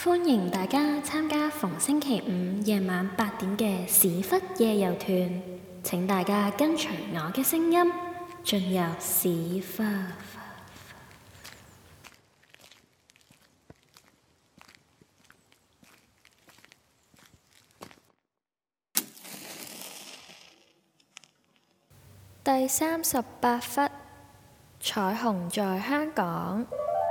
歡迎大家參加逢星期五夜晚8點嘅史窟夜遊團。請大家跟隨我嘅聲音進入史窟。第38窟：彩虹在香港。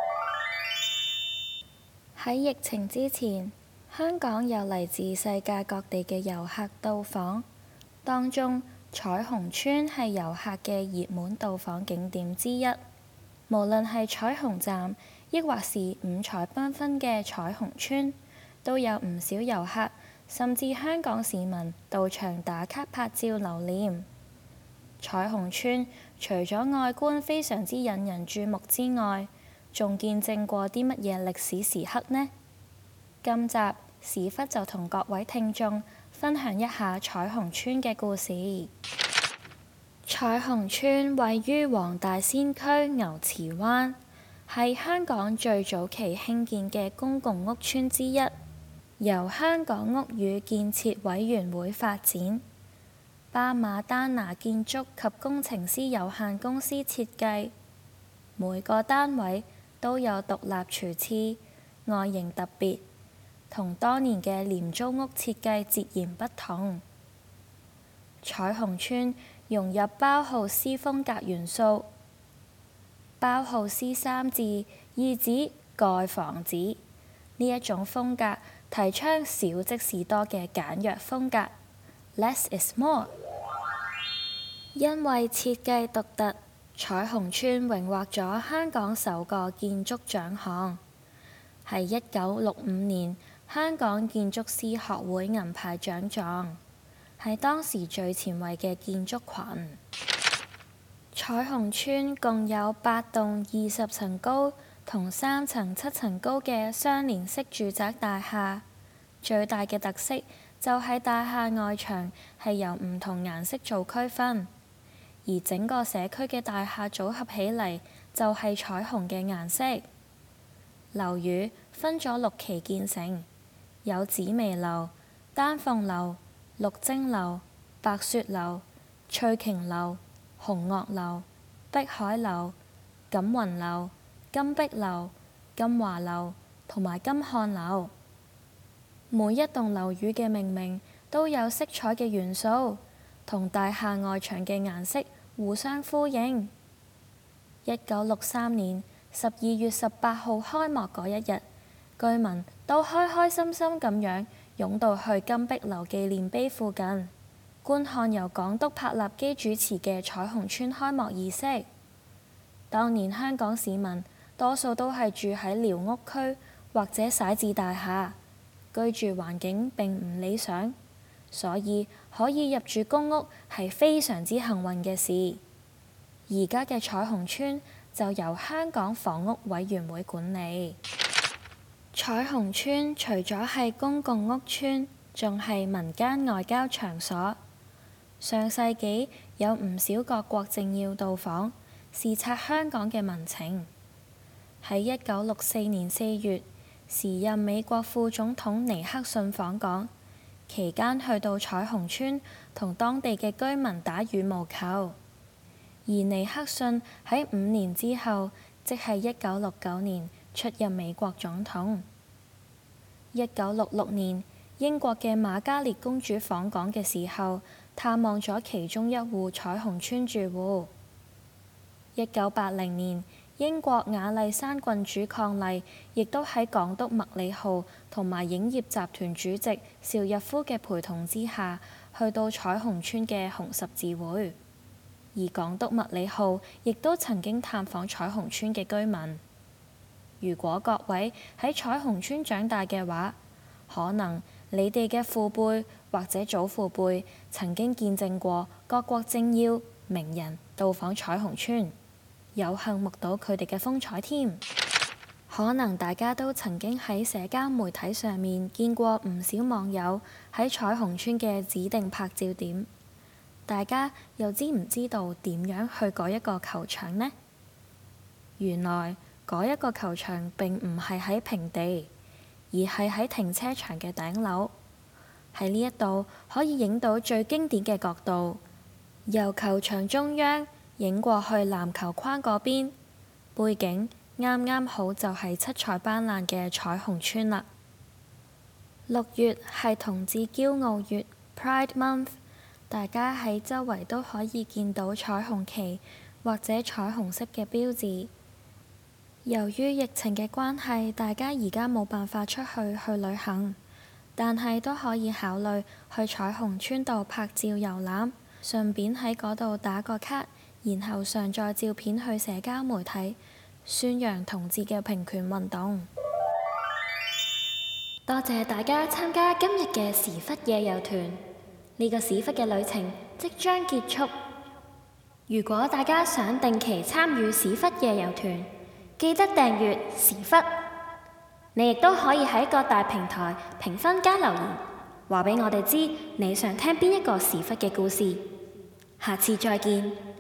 喺疫情之前，香港有嚟自世界各地嘅遊客到訪，當中彩虹村係遊客嘅熱門到訪景點之一。無論係彩虹站，抑或是五彩繽紛嘅彩虹村，都有唔少遊客甚至香港市民到場打卡拍照留念。彩虹村除咗外觀非常之引人注目之外，仲見證過啲乜嘢歷史時刻呢？今集史窟就同各位聽眾分享一下彩虹村嘅故事。彩虹村位於黃大仙區牛池灣，係香港最早期興建嘅公共屋邨之一，由香港屋宇建設委員會發展，巴馬丹拿建築及工程師有限公司設計。每個單位都有獨立廚廁，外形特別，同當年嘅廉租屋設計截然不同。彩虹村融入包豪斯風格元素。包豪斯三字意指蓋房子，呢一種風格提倡少即是多嘅簡約風格 ，less is more。因為設計獨特，彩虹村榮獲咗香港首個建築獎項，係1965年香港建築師學會銀牌獎狀，係當時最前衛嘅建築群。彩虹村共有8棟20層高同3層7層高嘅相連式住宅大廈，最大嘅特色就係大廈外牆係由唔同顏色做區分。而整個社區嘅大廈組合起嚟就係彩虹嘅顏色。樓宇分咗6期建成，有紫微樓、丹鳳樓、綠晶樓、白雪樓、翠瓊樓、紅樂樓、碧海樓、錦雲樓、金碧樓、金華樓同埋金漢樓。每一棟樓宇嘅命名都有色彩嘅元素，同大廈外牆嘅顏色互相呼應。1963年12月18號開幕嗰一日，居民都開開心心咁樣湧到去金碧樓紀念碑附近，觀看由港督柏立基主持嘅彩虹村開幕儀式。當年香港市民多數都係住喺寮屋區或者徙置大廈，居住環境並唔理想，所以可以入住公屋係非常之幸運嘅事。而家嘅彩虹村就由香港房屋委員會管理。彩虹村除咗係公共屋邨，仲係民間外交場所。上世紀有唔少各國政要到訪，視察香港嘅民情。喺1964年4月，時任美國副總統尼克遜訪港，期間去到彩虹村同當地嘅居民打羽毛球。而尼克遜喺5年之後，即係1969年出任美國總統。1966年，英國嘅瑪嘉烈公主訪港嘅時候，探望咗其中一戶彩虹村住戶。1980年，英國雅麗珊郡主伉儷亦都喺港督麥理浩同埋影業集團主席邵逸夫嘅陪同之下，去到彩虹村嘅紅十字會。而港督麥理浩亦都曾經探訪彩虹村嘅居民。如果各位喺彩虹村長大嘅話，可能你哋嘅父輩或者祖父輩曾經見證過各國政要、名人到訪彩虹村，有幸目睹佢哋嘅風采添。可能大家都曾經喺社交媒體上面見過唔少網友喺彩虹村嘅指定拍照點。大家又知唔知道點樣去嗰一個球場呢？原來嗰一個球場並唔係喺平地， 而係喺停車場嘅頂樓。喺呢一度可以影到最經典嘅角度，由球場中央影過去籃球框嗰邊，背景啱啱好就係七彩斑斕嘅彩虹村啦。6月係同志驕傲月 （Pride Month），大家喺周圍都可以見到彩虹旗或者彩虹色嘅標誌。由於疫情嘅關係，大家而家冇辦法出去旅行，但係都可以考慮去彩虹村度拍照遊覽，順便喺嗰度打個卡，然後上載照片去社交媒體，宣揚同志嘅平權運動。多謝大家參加今日嘅史窟夜遊團，呢個史窟嘅旅程即將結束。如果大家想定期參與史窟夜遊團，記得訂閱史窟。你亦都可以喺各大平台評分加留言，話俾我哋知你想聽邊一個史窟嘅故事。下次再見。